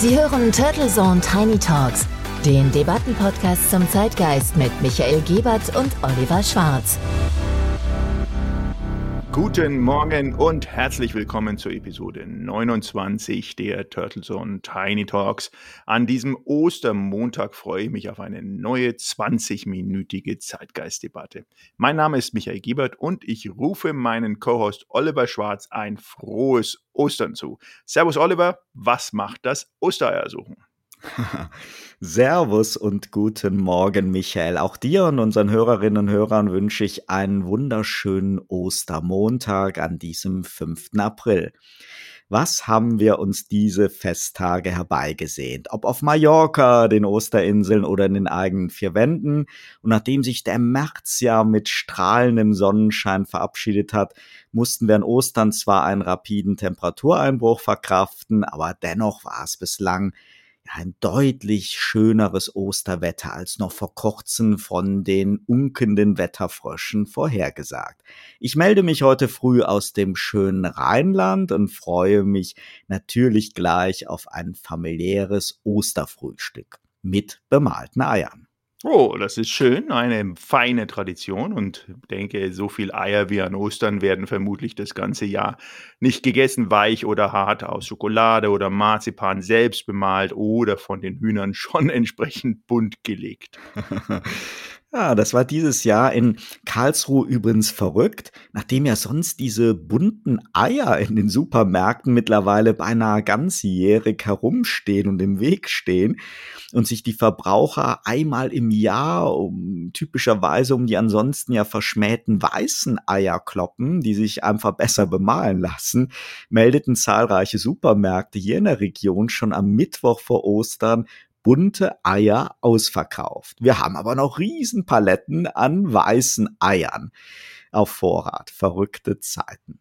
Sie hören Turtle Zone Tiny Talks, den Debattenpodcast zum Zeitgeist mit Michael Gebert und Oliver Schwarz. Guten Morgen und herzlich willkommen zur Episode 29 der Turtle Zone Tiny Talks. An diesem Ostermontag freue ich mich auf eine neue 20-minütige Zeitgeistdebatte. Mein Name ist Michael Gebert und ich rufe meinen Co-Host Oliver Schwarz ein frohes Ostern zu. Servus Oliver, was macht das Ostereiersuchen? Servus und guten Morgen, Michael. Auch dir und unseren Hörerinnen und Hörern wünsche ich einen wunderschönen Ostermontag an diesem 5. April. Was haben wir uns diese Festtage herbeigesehnt? Ob auf Mallorca, den Osterinseln oder in den eigenen vier Wänden. Und nachdem sich der März ja mit strahlendem Sonnenschein verabschiedet hat, mussten wir an Ostern zwar einen rapiden Temperatureinbruch verkraften, aber dennoch war es bislang ein deutlich schöneres Osterwetter als noch vor kurzem von den unkenden Wetterfröschen vorhergesagt. Ich melde mich heute früh aus dem schönen Rheinland und freue mich natürlich gleich auf ein familiäres Osterfrühstück mit bemalten Eiern. Oh, das ist schön, eine feine Tradition und denke, so viel Eier wie an Ostern werden vermutlich das ganze Jahr nicht gegessen, weich oder hart, aus Schokolade oder Marzipan selbst bemalt oder von den Hühnern schon entsprechend bunt gelegt. Ja, das war dieses Jahr in Karlsruhe übrigens verrückt, nachdem ja sonst diese bunten Eier in den Supermärkten mittlerweile beinahe ganzjährig herumstehen und im Weg stehen und sich die Verbraucher einmal im Jahr typischerweise um die ansonsten ja verschmähten weißen Eier kloppen, die sich einfach besser bemalen lassen, meldeten zahlreiche Supermärkte hier in der Region schon am Mittwoch vor Ostern bunte Eier ausverkauft. Wir haben aber noch Riesenpaletten an weißen Eiern auf Vorrat. Verrückte Zeiten.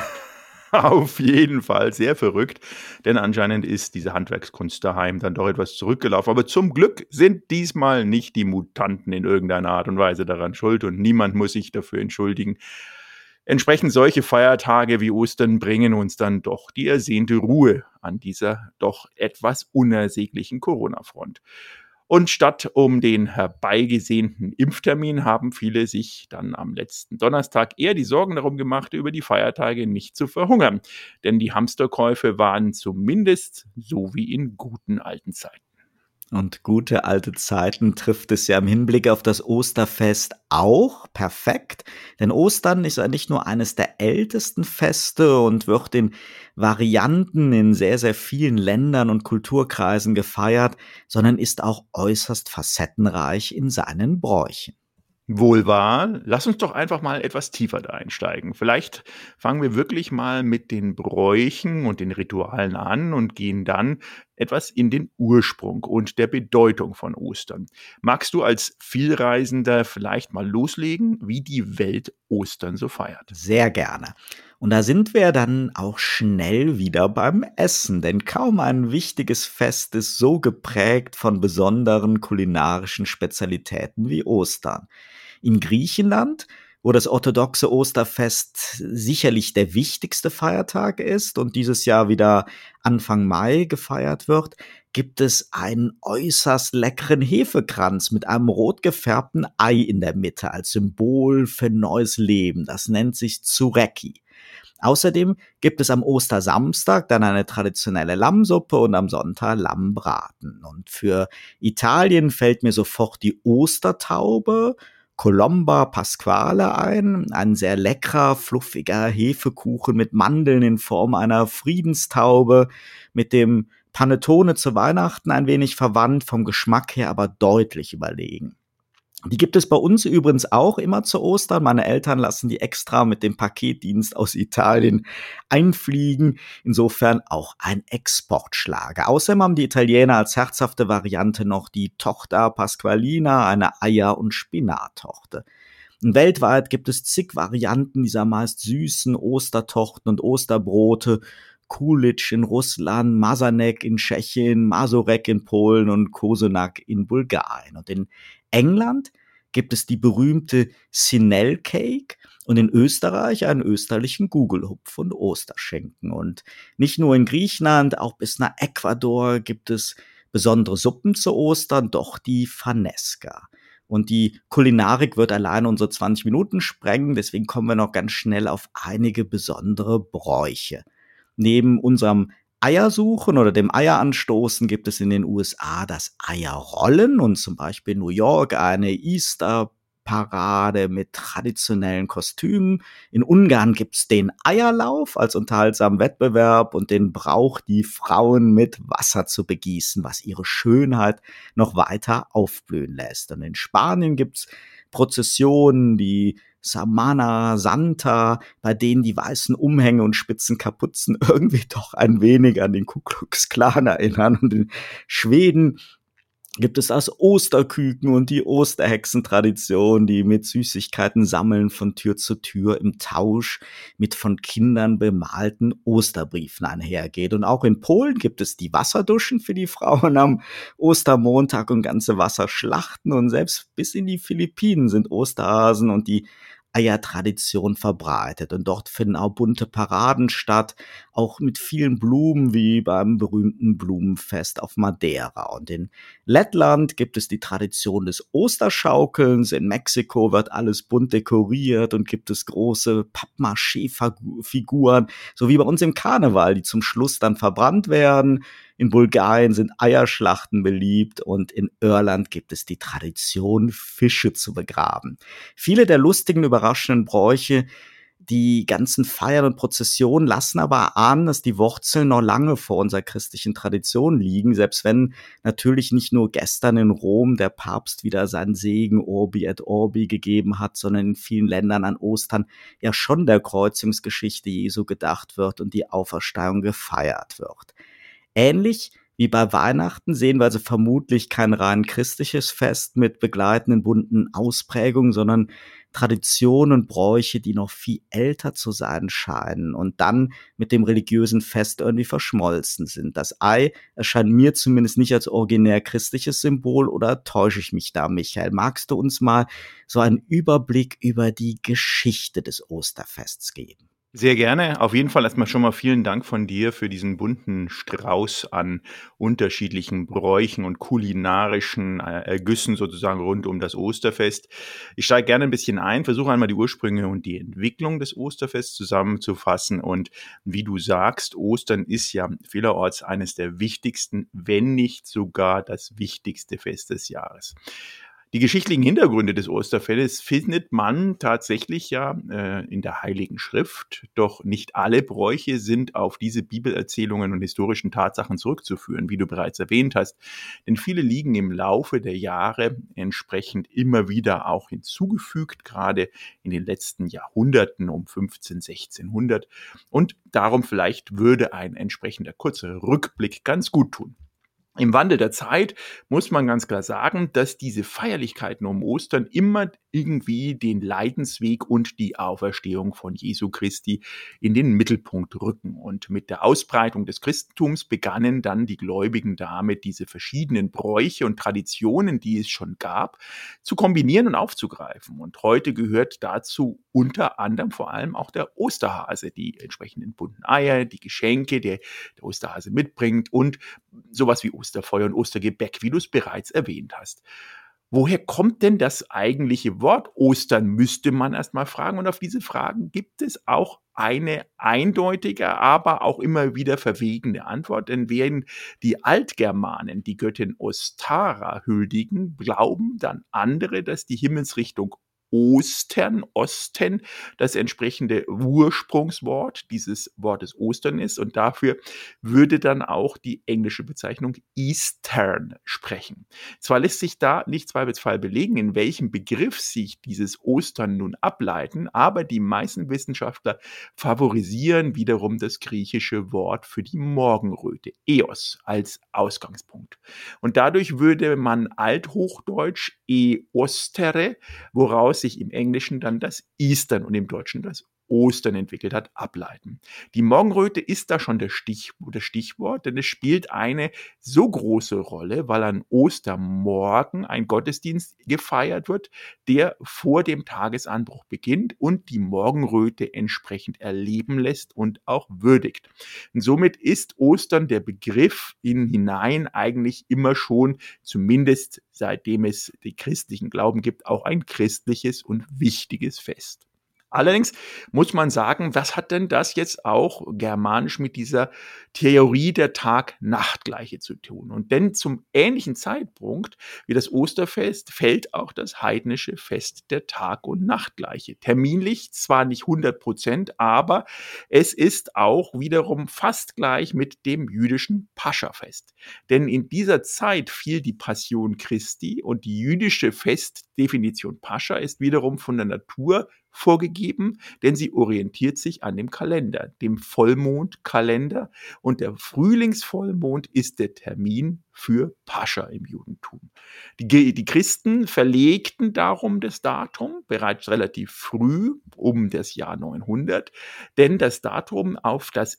Auf jeden Fall, sehr verrückt, denn anscheinend ist diese Handwerkskunst daheim dann doch etwas zurückgelaufen. Aber zum Glück sind diesmal nicht die Mutanten in irgendeiner Art und Weise daran schuld und niemand muss sich dafür entschuldigen. Entsprechend solche Feiertage wie Ostern bringen uns dann doch die ersehnte Ruhe an dieser doch etwas unersäglichen Corona-Front. Und statt um den herbeigesehnten Impftermin haben viele sich dann am letzten Donnerstag eher die Sorgen darum gemacht, über die Feiertage nicht zu verhungern. Denn die Hamsterkäufe waren zumindest so wie in guten alten Zeiten. Und gute alte Zeiten trifft es ja im Hinblick auf das Osterfest auch perfekt, denn Ostern ist ja nicht nur eines der ältesten Feste und wird in Varianten in sehr, sehr vielen Ländern und Kulturkreisen gefeiert, sondern ist auch äußerst facettenreich in seinen Bräuchen. Wohl wahr. Lass uns doch einfach mal etwas tiefer da einsteigen. Vielleicht fangen wir wirklich mal mit den Bräuchen und den Ritualen an und gehen dann etwas in den Ursprung und der Bedeutung von Ostern. Magst du als Vielreisender vielleicht mal loslegen, wie die Welt Ostern so feiert? Sehr gerne. Und da sind wir dann auch schnell wieder beim Essen, denn kaum ein wichtiges Fest ist so geprägt von besonderen kulinarischen Spezialitäten wie Ostern. In Griechenland, wo das orthodoxe Osterfest sicherlich der wichtigste Feiertag ist und dieses Jahr wieder Anfang Mai gefeiert wird, gibt es einen äußerst leckeren Hefekranz mit einem rot gefärbten Ei in der Mitte als Symbol für neues Leben. Das nennt sich Tsureki. Außerdem gibt es am Ostersamstag dann eine traditionelle Lammsuppe und am Sonntag Lammbraten. Und für Italien fällt mir sofort die Ostertaube, Colomba Pasquale ein sehr leckerer, fluffiger Hefekuchen mit Mandeln in Form einer Friedenstaube, mit dem Panettone zu Weihnachten ein wenig verwandt, vom Geschmack her aber deutlich überlegen. Die gibt es bei uns übrigens auch immer zu Ostern. Meine Eltern lassen die extra mit dem Paketdienst aus Italien einfliegen. Insofern auch ein Exportschlager. Außerdem haben die Italiener als herzhafte Variante noch die Torta Pasqualina, eine Eier- und Spinattorte. Und weltweit gibt es zig Varianten dieser meist süßen Ostertorten und Osterbrote. Kulitsch in Russland, Masanek in Tschechien, Mazurek in Polen und Kosenak in Bulgarien. Und in England gibt es die berühmte Sinel Cake und in Österreich einen österlichen Gugelhupf und Osterschenken. Und nicht nur in Griechenland, auch bis nach Ecuador gibt es besondere Suppen zu Ostern, doch die Fanesca. Und die Kulinarik wird allein unsere 20 Minuten sprengen, deswegen kommen wir noch ganz schnell auf einige besondere Bräuche. Neben unserem Eiersuchen oder dem Eieranstoßen gibt es in den USA das Eierrollen und zum Beispiel in New York eine Easter-Parade mit traditionellen Kostümen. In Ungarn gibt's den Eierlauf als unterhaltsamen Wettbewerb und den Brauch, die Frauen mit Wasser zu begießen, was ihre Schönheit noch weiter aufblühen lässt. Und in Spanien gibt's Prozessionen, die Samana Santa, bei denen die weißen Umhänge und spitzen Kapuzen irgendwie doch ein wenig an den Ku Klux Klan erinnern. Und in Schweden gibt es das Osterküken und die Osterhexentradition, die mit Süßigkeiten sammeln von Tür zu Tür im Tausch mit von Kindern bemalten Osterbriefen einhergeht. Und auch in Polen gibt es die Wasserduschen für die Frauen am Ostermontag und ganze Wasserschlachten. Und selbst bis in die Philippinen sind Osterhasen und die Eiertradition verbreitet. Und dort finden auch bunte Paraden statt, auch mit vielen Blumen wie beim berühmten Blumenfest auf Madeira. Und in Lettland gibt es die Tradition des Osterschaukelns. In Mexiko wird alles bunt dekoriert und gibt es große Pappmaché-Figuren, so wie bei uns im Karneval, die zum Schluss dann verbrannt werden. In Bulgarien sind Eierschlachten beliebt und in Irland gibt es die Tradition, Fische zu begraben. Viele der lustigen, überraschenden Bräuche, die ganzen Feiern und Prozessionen lassen aber erahnen, dass die Wurzeln noch lange vor unserer christlichen Tradition liegen, selbst wenn natürlich nicht nur gestern in Rom der Papst wieder seinen Segen Urbi et Orbi gegeben hat, sondern in vielen Ländern an Ostern ja schon der Kreuzungsgeschichte Jesu gedacht wird und die Auferstehung gefeiert wird. Ähnlich wie bei Weihnachten sehen wir also vermutlich kein rein christliches Fest mit begleitenden bunten Ausprägungen, sondern Traditionen und Bräuche, die noch viel älter zu sein scheinen und dann mit dem religiösen Fest irgendwie verschmolzen sind. Das Ei erscheint mir zumindest nicht als originär christliches Symbol, oder täusche ich mich da, Michael? Magst du uns mal so einen Überblick über die Geschichte des Osterfests geben? Sehr gerne. Auf jeden Fall erstmal schon mal vielen Dank von dir für diesen bunten Strauß an unterschiedlichen Bräuchen und kulinarischen Ergüssen sozusagen rund um das Osterfest. Ich steige gerne ein bisschen ein, versuche einmal die Ursprünge und die Entwicklung des Osterfests zusammenzufassen. Und wie du sagst, Ostern ist ja vielerorts eines der wichtigsten, wenn nicht sogar das wichtigste Fest des Jahres. Die geschichtlichen Hintergründe des Osterfestes findet man tatsächlich ja in der Heiligen Schrift, doch nicht alle Bräuche sind auf diese Bibelerzählungen und historischen Tatsachen zurückzuführen, wie du bereits erwähnt hast, denn viele liegen im Laufe der Jahre entsprechend immer wieder auch hinzugefügt, gerade in den letzten Jahrhunderten um 15, 1600, und darum vielleicht würde ein entsprechender kurzer Rückblick ganz gut tun. Im Wandel der Zeit muss man ganz klar sagen, dass diese Feierlichkeiten um Ostern immer irgendwie den Leidensweg und die Auferstehung von Jesu Christi in den Mittelpunkt rücken. Und mit der Ausbreitung des Christentums begannen dann die Gläubigen damit, diese verschiedenen Bräuche und Traditionen, die es schon gab, zu kombinieren und aufzugreifen. Und heute gehört dazu unter anderem vor allem auch der Osterhase, die entsprechenden bunten Eier, die Geschenke, der Osterhase mitbringt und sowas wie Osterfeuer und Ostergebäck, wie du es bereits erwähnt hast. Woher kommt denn das eigentliche Wort Ostern, müsste man erstmal fragen. Und auf diese Fragen gibt es auch eine eindeutige, aber auch immer wieder verwegene Antwort. Denn während die Altgermanen die Göttin Ostara huldigen, glauben dann andere, dass die Himmelsrichtung Osten, das entsprechende Ursprungswort dieses Wortes Ostern ist, und dafür würde dann auch die englische Bezeichnung Eastern sprechen. Zwar lässt sich da nicht zweifelsfrei belegen, in welchem Begriff sich dieses Ostern nun ableiten, aber die meisten Wissenschaftler favorisieren wiederum das griechische Wort für die Morgenröte, Eos, als Ausgangspunkt. Und dadurch würde man althochdeutsch Eostere, woraus sich im Englischen dann das Eastern und im Deutschen das Ostern entwickelt hat, ableiten. Die Morgenröte ist da schon das Stichwort, denn es spielt eine so große Rolle, weil an Ostermorgen ein Gottesdienst gefeiert wird, der vor dem Tagesanbruch beginnt und die Morgenröte entsprechend erleben lässt und auch würdigt. Und somit ist Ostern der Begriff hinein eigentlich immer schon, zumindest seitdem es die christlichen Glauben gibt, auch ein christliches und wichtiges Fest. Allerdings muss man sagen, was hat denn das jetzt auch germanisch mit dieser Theorie der Tag-Nacht-Gleiche zu tun? Und denn zum ähnlichen Zeitpunkt wie das Osterfest fällt auch das heidnische Fest der Tag- und Nachtgleiche. Terminlich zwar nicht 100%, aber es ist auch wiederum fast gleich mit dem jüdischen Paschafest. Denn in dieser Zeit fiel die Passion Christi und die jüdische Festdefinition Pascha ist wiederum von der Natur vorgegeben, denn sie orientiert sich an dem Kalender, dem Vollmondkalender, und der Frühlingsvollmond ist der Termin für Pascha im Judentum. Die Christen verlegten darum das Datum bereits relativ früh, um das Jahr 900, denn das Datum auf den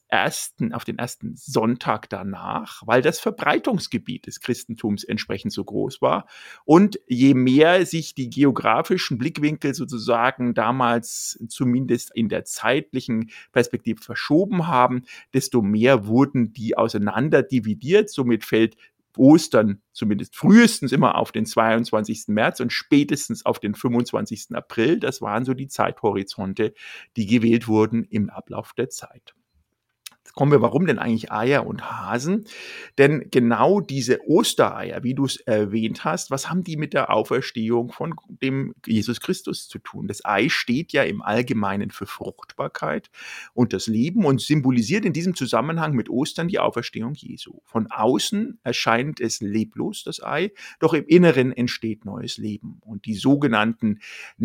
ersten Sonntag danach, weil das Verbreitungsgebiet des Christentums entsprechend so groß war. Und je mehr sich die geografischen Blickwinkel sozusagen damals zumindest in der zeitlichen Perspektive verschoben haben, desto mehr wurden die auseinander dividiert. Somit fällt Ostern zumindest frühestens immer auf den 22. März und spätestens auf den 25. April. Das waren so die Zeithorizonte, die gewählt wurden im Ablauf der Zeit. Jetzt kommen wir, warum denn eigentlich Eier und Hasen? Denn genau diese Ostereier, wie du es erwähnt hast, was haben die mit der Auferstehung von dem Jesus Christus zu tun? Das Ei steht ja im Allgemeinen für Fruchtbarkeit und das Leben und symbolisiert in diesem Zusammenhang mit Ostern die Auferstehung Jesu. Von außen erscheint es leblos, das Ei, doch im Inneren entsteht neues Leben. Und die sogenannten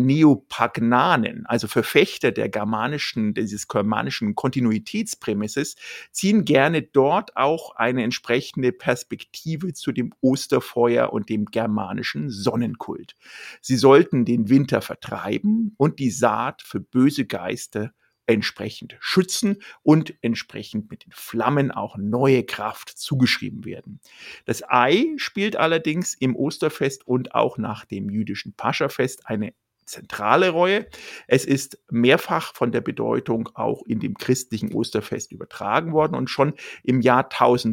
Neopagnanen, also Verfechter dieses germanischen Kontinuitätsprämisses, ziehen gerne dort auch eine entsprechende Perspektive zu dem Osterfeuer und dem germanischen Sonnenkult. Sie sollten den Winter vertreiben und die Saat für böse Geister entsprechend schützen und entsprechend mit den Flammen auch neue Kraft zugeschrieben werden. Das Ei spielt allerdings im Osterfest und auch nach dem jüdischen Paschafest eine zentrale Rolle. Es ist mehrfach von der Bedeutung auch in dem christlichen Osterfest übertragen worden und schon im Jahr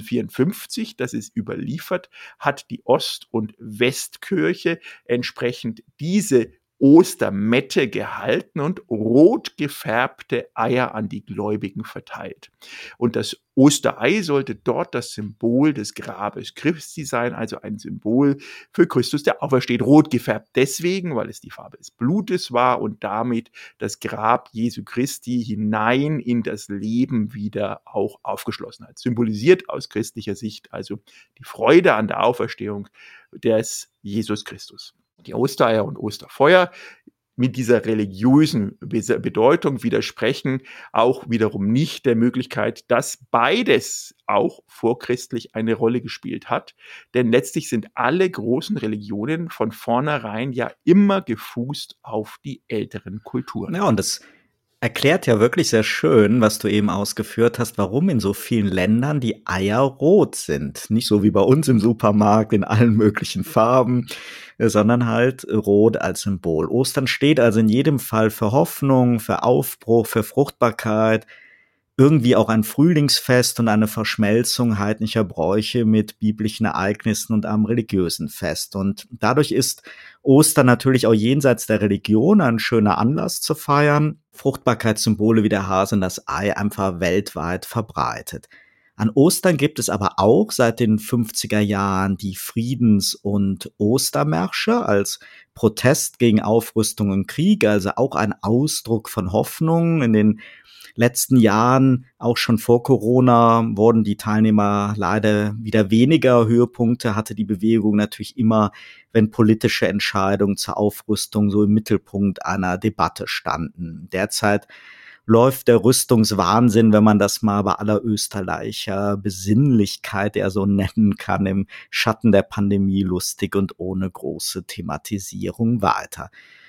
1054, das ist überliefert, hat die Ost- und Westkirche entsprechend diese Ostermette gehalten und rot gefärbte Eier an die Gläubigen verteilt. Und das Osterei sollte dort das Symbol des Grabes Christi sein, also ein Symbol für Christus, der aufersteht. Rot gefärbt deswegen, weil es die Farbe des Blutes war und damit das Grab Jesu Christi hinein in das Leben wieder auch aufgeschlossen hat. Symbolisiert aus christlicher Sicht also die Freude an der Auferstehung des Jesus Christus. Die Ostereier und Osterfeuer mit dieser religiösen Bedeutung widersprechen auch wiederum nicht der Möglichkeit, dass beides auch vorchristlich eine Rolle gespielt hat. Denn letztlich sind alle großen Religionen von vornherein ja immer gefußt auf die älteren Kulturen. Ja, und das erklärt ja wirklich sehr schön, was du eben ausgeführt hast, warum in so vielen Ländern die Eier rot sind. Nicht so wie bei uns im Supermarkt in allen möglichen Farben, sondern halt rot als Symbol. Ostern steht also in jedem Fall für Hoffnung, für Aufbruch, für Fruchtbarkeit, irgendwie auch ein Frühlingsfest und eine Verschmelzung heidnischer Bräuche mit biblischen Ereignissen und einem religiösen Fest. Und dadurch ist Ostern natürlich auch jenseits der Religion ein schöner Anlass zu feiern. Fruchtbarkeitssymbole wie der Hase und das Ei einfach weltweit verbreitet. An Ostern gibt es aber auch seit den 50er Jahren die Friedens- und Ostermärsche als Protest gegen Aufrüstung und Krieg, also auch ein Ausdruck von Hoffnung. In den letzten Jahren, auch schon vor Corona, wurden die Teilnehmer leider wieder weniger. Höhepunkte hatte die Bewegung natürlich immer, wenn politische Entscheidungen zur Aufrüstung so im Mittelpunkt einer Debatte standen. Derzeit läuft der Rüstungswahnsinn, wenn man das mal bei aller österreicher Besinnlichkeit ja so nennen kann, im Schatten der Pandemie lustig und ohne große Thematisierung weiter.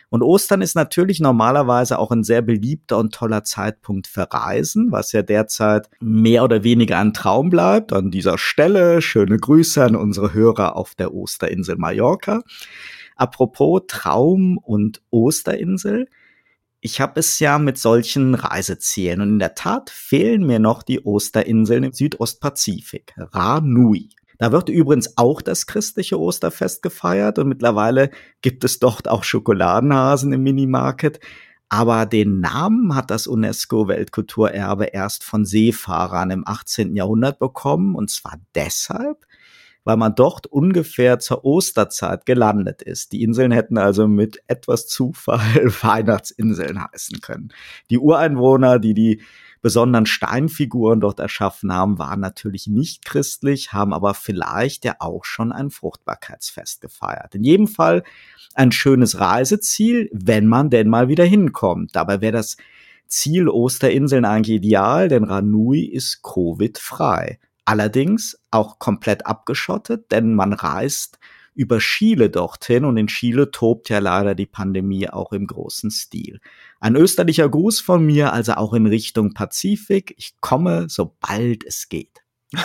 Und Ostern ist natürlich normalerweise auch ein sehr beliebter und toller Zeitpunkt für Reisen, was ja derzeit mehr oder weniger ein Traum bleibt. An dieser Stelle schöne Grüße an unsere Hörer auf der Osterinsel Mallorca. Apropos Traum und Osterinsel. Ich habe es ja mit solchen Reisezielen und in der Tat fehlen mir noch die Osterinseln im Südostpazifik, Rā Nui. Da wird übrigens auch das christliche Osterfest gefeiert und mittlerweile gibt es dort auch Schokoladenhasen im Minimarket. Aber den Namen hat das UNESCO-Weltkulturerbe erst von Seefahrern im 18. Jahrhundert bekommen, und zwar deshalb, weil man dort ungefähr zur Osterzeit gelandet ist. Die Inseln hätten also mit etwas Zufall Weihnachtsinseln heißen können. Die Ureinwohner, die besonderen Steinfiguren dort erschaffen haben, waren natürlich nicht christlich, haben aber vielleicht ja auch schon ein Fruchtbarkeitsfest gefeiert. In jedem Fall ein schönes Reiseziel, wenn man denn mal wieder hinkommt. Dabei wäre das Ziel Osterinseln eigentlich ideal, denn Rā Nui ist Covid-frei. Allerdings auch komplett abgeschottet, denn man reist über Chile dorthin und in Chile tobt ja leider die Pandemie auch im großen Stil. Ein österlicher Gruß von mir, also auch in Richtung Pazifik. Ich komme, sobald es geht.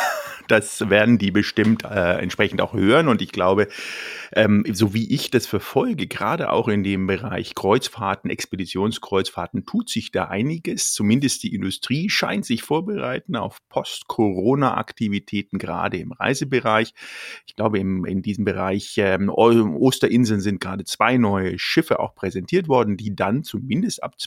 Das werden die bestimmt entsprechend auch hören, und ich glaube, so wie ich das verfolge, gerade auch in dem Bereich Kreuzfahrten, Expeditionskreuzfahrten, tut sich da einiges. Zumindest die Industrie scheint sich vorbereiten auf Post-Corona-Aktivitäten, gerade im Reisebereich. Ich glaube, in diesem Bereich Osterinseln sind gerade 2 neue Schiffe auch präsentiert worden, die dann zumindest ab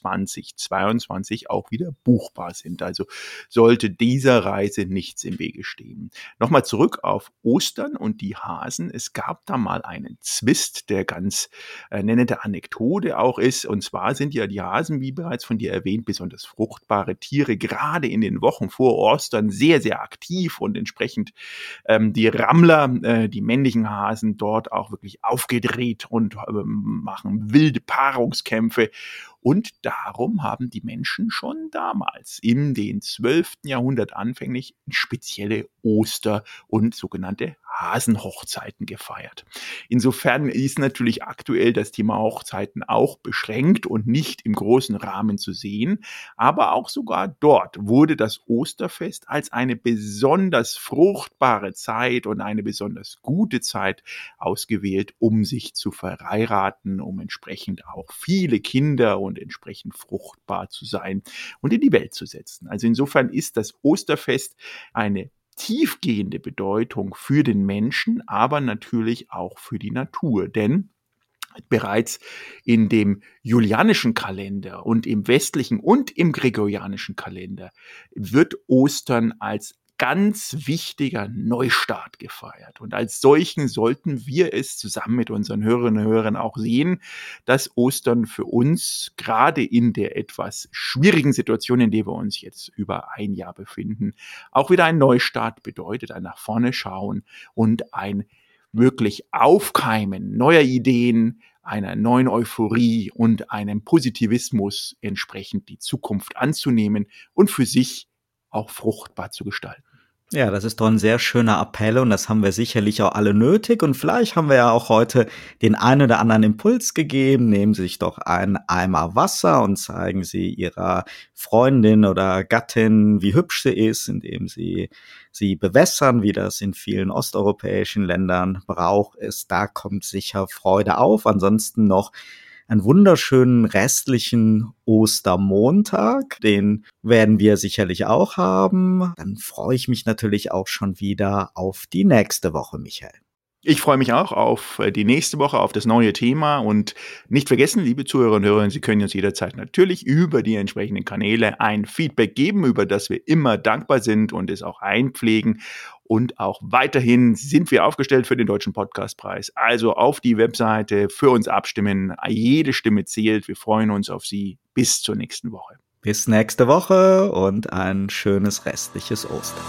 2022 auch wieder buchbar sind. Also sollte dieser Reise nichts im Wege stehen. Nochmal zurück auf Ostern und die Hasen. Es gab da mal einen Zwist, der ganz nennende Anekdote auch ist. Und zwar sind ja die Hasen, wie bereits von dir erwähnt, besonders fruchtbare Tiere, gerade in den Wochen vor Ostern sehr, sehr aktiv, und entsprechend die Rammler, die männlichen Hasen, dort auch wirklich aufgedreht und machen wilde Paarungskämpfe. Und darum haben die Menschen schon damals in den 12. Jahrhundert anfänglich spezielle Oster- und sogenannte Hasenhochzeiten gefeiert. Insofern ist natürlich aktuell das Thema Hochzeiten auch beschränkt und nicht im großen Rahmen zu sehen. Aber auch sogar dort wurde das Osterfest als eine besonders fruchtbare Zeit und eine besonders gute Zeit ausgewählt, um sich zu verheiraten, um entsprechend auch viele Kinder und entsprechend fruchtbar zu sein und in die Welt zu setzen. Also insofern ist das Osterfest eine tiefgehende Bedeutung für den Menschen, aber natürlich auch für die Natur. Denn bereits in dem julianischen Kalender und im westlichen und im gregorianischen Kalender wird Ostern als ganz wichtiger Neustart gefeiert. Und als solchen sollten wir es zusammen mit unseren Hörerinnen und Hörern auch sehen, dass Ostern für uns gerade in der etwas schwierigen Situation, in der wir uns jetzt über ein Jahr befinden, auch wieder ein Neustart bedeutet, ein nach vorne schauen und ein wirklich Aufkeimen neuer Ideen, einer neuen Euphorie und einem Positivismus, entsprechend die Zukunft anzunehmen und für sich auch fruchtbar zu gestalten. Ja, das ist doch ein sehr schöner Appell, und das haben wir sicherlich auch alle nötig, und vielleicht haben wir ja auch heute den einen oder anderen Impuls gegeben. Nehmen Sie sich doch einen Eimer Wasser und zeigen Sie Ihrer Freundin oder Gattin, wie hübsch sie ist, indem Sie sie bewässern, wie das in vielen osteuropäischen Ländern Brauch ist. Da kommt sicher Freude auf. Ansonsten noch einen wunderschönen restlichen Ostermontag. Den werden wir sicherlich auch haben. Dann freue ich mich natürlich auch schon wieder auf die nächste Woche, Michael. Ich freue mich auch auf die nächste Woche, auf das neue Thema, und nicht vergessen, liebe Zuhörerinnen und Hörer, Sie können uns jederzeit natürlich über die entsprechenden Kanäle ein Feedback geben, über das wir immer dankbar sind und es auch einpflegen. Und auch weiterhin sind wir aufgestellt für den Deutschen Podcastpreis. Also auf die Webseite für uns abstimmen. Jede Stimme zählt. Wir freuen uns auf Sie. Bis zur nächsten Woche. Bis nächste Woche und ein schönes restliches Ostern.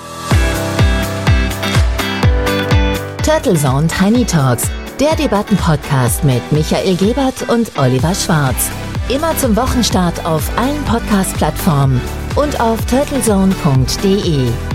Turtle Zone Tiny Talks, der Debattenpodcast mit Michael Gebert und Oliver Schwarz. Immer zum Wochenstart auf allen Podcast-Plattformen und auf turtlezone.de.